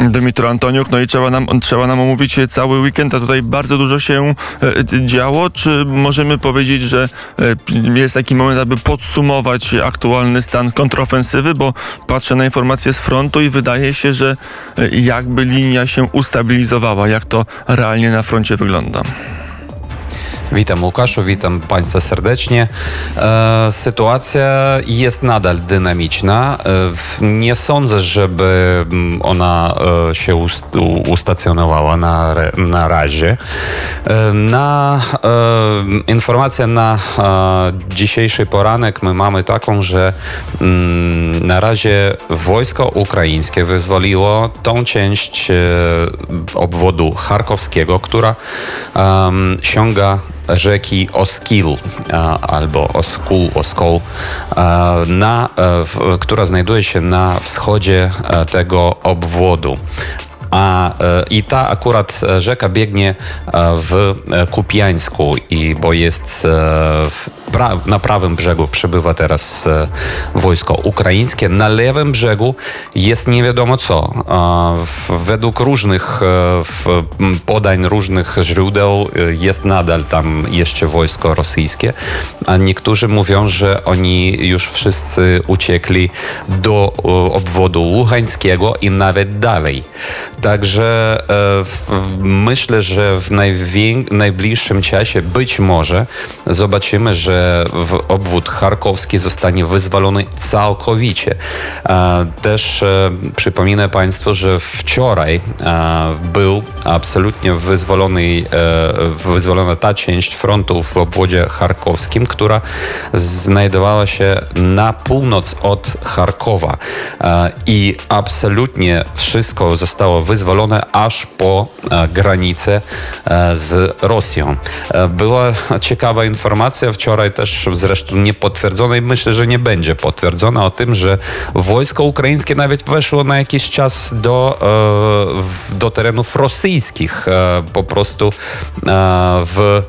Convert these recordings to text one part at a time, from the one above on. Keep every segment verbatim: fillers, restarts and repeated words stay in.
Dymitro Antoniuk, no i trzeba nam, trzeba nam omówić cały weekend, a tutaj bardzo dużo się e, działo. Czy możemy powiedzieć, że e, jest taki moment, aby podsumować aktualny stan kontrofensywy, bo patrzę na informacje z frontu i wydaje się, że e, jakby linia się ustabilizowała. Jak to realnie na froncie wygląda? Witam Łukaszu, witam Państwa serdecznie. E, sytuacja jest nadal dynamiczna. E, nie sądzę, żeby ona e, się ust, ustacjonowała na, na razie. E, na e, informację na e, dzisiejszy poranek my mamy taką, że m, na razie wojsko ukraińskie wyzwoliło tą część e, obwodu charkowskiego, która e, sięga rzeki Oskil albo Oskul, Oskol, na, która znajduje się na wschodzie tego obwodu. A, I ta akurat rzeka biegnie w Kupiańsku, i bo jest w pra, na prawym brzegu przybywa teraz wojsko ukraińskie. Na lewym brzegu jest nie wiadomo co. Według różnych podań, różnych źródeł jest nadal tam jeszcze wojsko rosyjskie, a niektórzy mówią, że oni już wszyscy uciekli do obwodu ługańskiego i nawet dalej. Także e, myślę, że w najwię- najbliższym czasie być może zobaczymy, że w obwód charkowski zostanie wyzwolony całkowicie. E, też e, przypominam Państwu, że wczoraj e, był absolutnie wyzwolony, e, wyzwolona ta część frontu w obwodzie charkowskim, która znajdowała się na północ od Charkowa. E, I absolutnie wszystko zostało wyzwolone wyzwolone aż po e, granicę e, z Rosją. E, była ciekawa informacja wczoraj, też zresztą niepotwierdzona, i myślę, że nie będzie potwierdzona, o tym, że wojsko ukraińskie nawet weszło na jakiś czas do, e, w, do terenów rosyjskich, e, po prostu e, w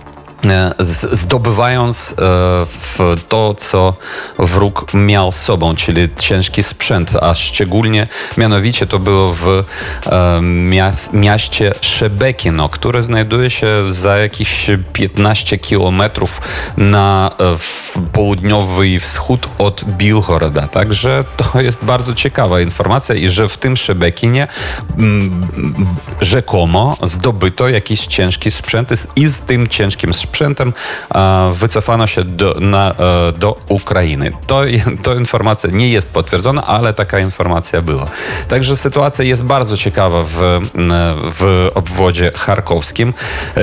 zdobywając to, co wróg miał z sobą, czyli ciężki sprzęt, a szczególnie, mianowicie to było w mieście Szebekino, które znajduje się za jakieś piętnaście kilometrów na południowy wschód od Bilhoroda. Także to jest bardzo ciekawa informacja, i że w tym Szebekinie rzekomo zdobyto jakiś ciężki sprzęt, i z tym ciężkim sprzętem sprzętem wycofano się do, na, do Ukrainy. To, to informacja nie jest potwierdzona, ale taka informacja była. Także sytuacja jest bardzo ciekawa w, w obwodzie charkowskim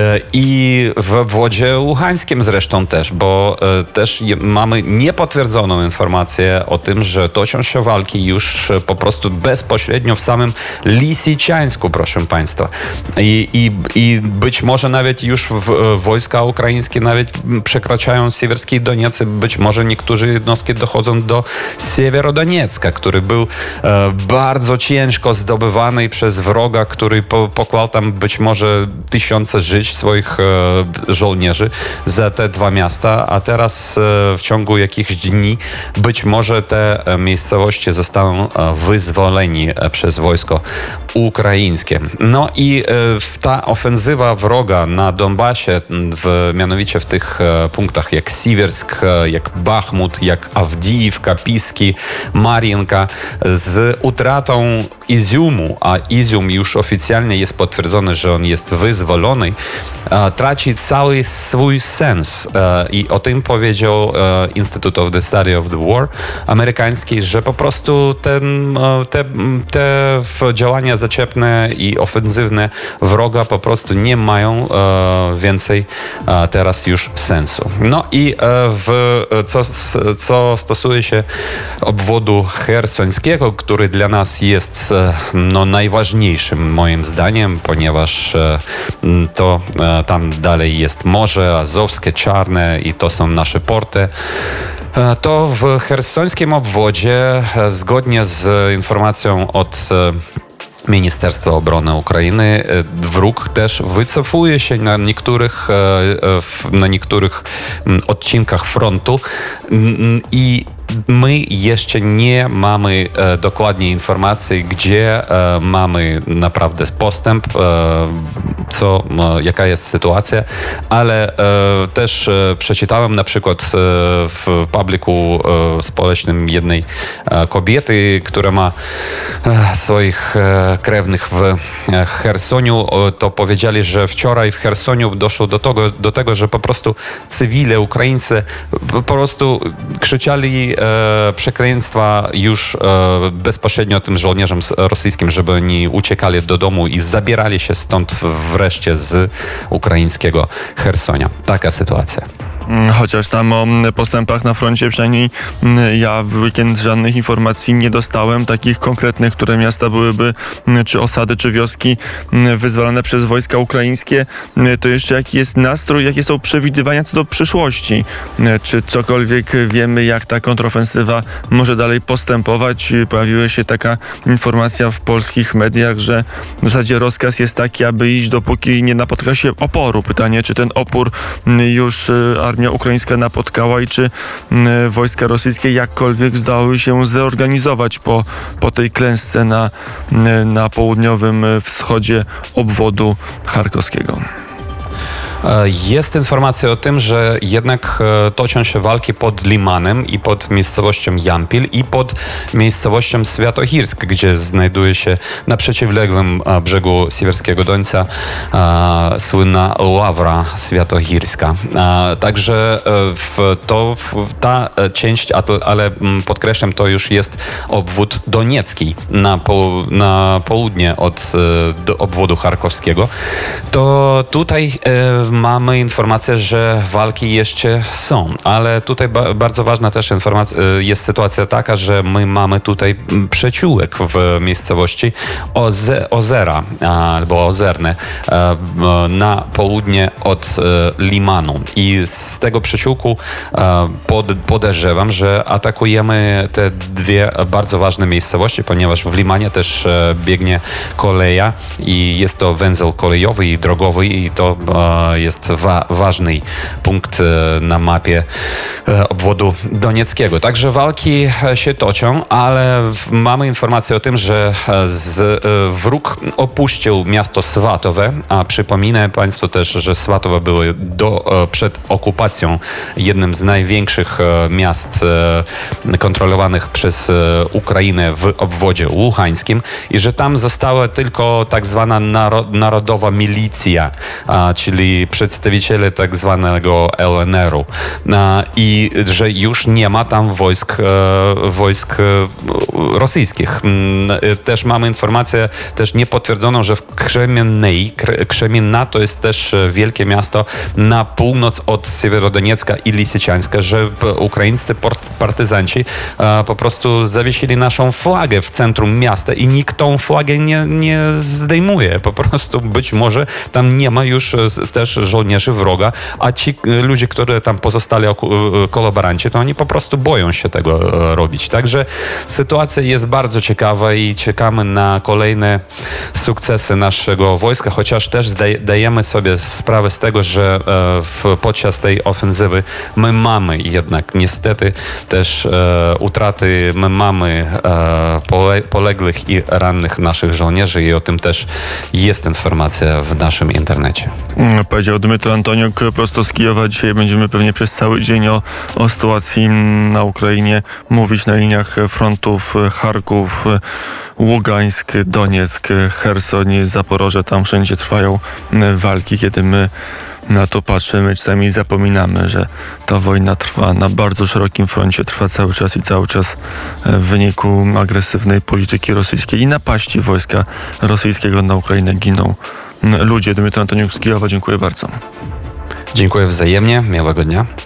i w obwodzie ługańskim zresztą też, bo też mamy niepotwierdzoną informację o tym, że toczą się walki już po prostu bezpośrednio w samym Lisiczańsku, proszę Państwa. I, i, i być może nawet już w, wojska ukraińskie nawet przekraczają Siewierski Doniec. Być może niektóre jednostki dochodzą do Siewierodoniecka, który był e, bardzo ciężko zdobywany przez wroga, który po, pokładał tam być może tysiące żyć swoich e, żołnierzy za te dwa miasta, a teraz e, w ciągu jakichś dni być może te e, miejscowości zostaną e, wyzwoleni e, przez wojsko ukraińskie. No i e, ta ofensywa wroga na Donbasie, w mianowicie w tych e, punktach jak Siwiersk, e, jak Bachmut, jak Awdijiwka, Piski, Mariinka, z utratą Iziumu, a Izium już oficjalnie jest potwierdzony, że on jest wyzwolony, e, traci cały swój sens. E, I o tym powiedział e, Institute of the Study of the War amerykański, że po prostu ten, e, te, te działania zaczepne i ofensywne wroga po prostu nie mają e, więcej e, teraz już sensu. No i w, co, co stosuje się obwodu chersońskiego, który dla nas jest no, najważniejszym moim zdaniem, ponieważ to tam dalej jest Morze Azowskie, Czarne, i to są nasze porty. To w chersońskim obwodzie, zgodnie z informacją od Ministerstwa Obrony Ukrainy, wróg też wycofuje się na niektórych, na niektórych odcinkach frontu, i my jeszcze nie mamy e, dokładnie informacji, gdzie e, mamy naprawdę postęp, e, co, e, jaka jest sytuacja, ale e, też e, przeczytałem na przykład e, w publiku e, społecznym jednej e, kobiety, która ma e, swoich e, krewnych w e, Chersoniu, e, to powiedzieli, że wczoraj w Chersoniu doszło do tego, do tego, że po prostu cywile Ukraińcy po prostu krzyczeli e, przekleństwa już e, bezpośrednio tym żołnierzom rosyjskim, żeby oni uciekali do domu i zabierali się stąd wreszcie z ukraińskiego Chersonia. Taka sytuacja. Chociaż tam o postępach na froncie, przynajmniej ja w weekend żadnych informacji nie dostałem, takich konkretnych, które miasta byłyby, czy osady, czy wioski wyzwalane przez wojska ukraińskie. To jeszcze jaki jest nastrój, jakie są przewidywania co do przyszłości? Czy cokolwiek wiemy, jak ta kontrofensywa może dalej postępować? Pojawiła się taka informacja w polskich mediach, że w zasadzie rozkaz jest taki, aby iść, dopóki nie napotka się oporu. Pytanie, czy ten opór już armia ukraińska napotkała i czy y, wojska rosyjskie jakkolwiek zdały się zreorganizować po, po tej klęsce na, y, na południowym wschodzie obwodu charkowskiego. Jest informacja o tym, że jednak toczą się walki pod Limanem i pod miejscowością Jampil i pod miejscowością Świętochirsk, gdzie znajduje się na przeciwległym brzegu Siewierskiego Dońca słynna Ławra Świętochirska. Także w to, w ta część, ale podkreślam, to już jest obwód doniecki na, po, na południe od do obwodu charkowskiego. To tutaj mamy informację, że walki jeszcze są, ale tutaj ba- bardzo ważna też informacja, jest sytuacja taka, że my mamy tutaj przeciółek w miejscowości Oze- Ozera albo Ozerne na południe od Limanu i z tego przeciółku pod, podejrzewam, że atakujemy te dwie bardzo ważne miejscowości, ponieważ w Limanie też biegnie koleja i jest to węzeł kolejowy i drogowy i to jest wa- ważny punkt na mapie obwodu donieckiego. Także walki się toczą, ale mamy informację o tym, że z, wróg opuścił miasto Swatowe, a przypominam Państwu też, że Swatowe było do, przed okupacją jednym z największych miast kontrolowanych przez Ukrainę w obwodzie łuchańskim i że tam została tylko tak zwana naro- narodowa milicja, czyli przedstawiciele tak zwanego L N R-u i że już nie ma tam wojsk, wojsk rosyjskich. Też mamy informację, też niepotwierdzoną, że w Krzemiennej, Krzemienna to jest też wielkie miasto na północ od Siewierodoniecka i Lisiczańska, że ukraińscy partyzanci po prostu zawiesili naszą flagę w centrum miasta i nikt tą flagę nie, nie zdejmuje. Po prostu być może tam nie ma już też żołnierzy wroga, a ci ludzie, którzy tam pozostali kolaboranci, to oni po prostu boją się tego robić. Także sytuacja jest bardzo ciekawa i czekamy na kolejne sukcesy naszego wojska, chociaż też dajemy sobie sprawę z tego, że w, podczas tej ofensywy my mamy jednak niestety też e, utraty, my mamy e, pole, poległych i rannych naszych żołnierzy i o tym też jest informacja w naszym internecie. Powiedział Dmytro Antoniuk prosto z Kijowa. Dzisiaj będziemy pewnie przez cały dzień o, o sytuacji na Ukrainie mówić na liniach frontów Charków, Ługańsk, Donieck, Cherson, Zaporoże. Tam wszędzie trwają walki. Kiedy my na to patrzymy, czasami zapominamy, że ta wojna trwa na bardzo szerokim froncie, trwa cały czas i cały czas w wyniku agresywnej polityki rosyjskiej i napaści wojska rosyjskiego na Ukrainę giną ludzie. Dmytro Antoniuk z Kijowa, dziękuję bardzo. Dziękuję wzajemnie, miłego dnia.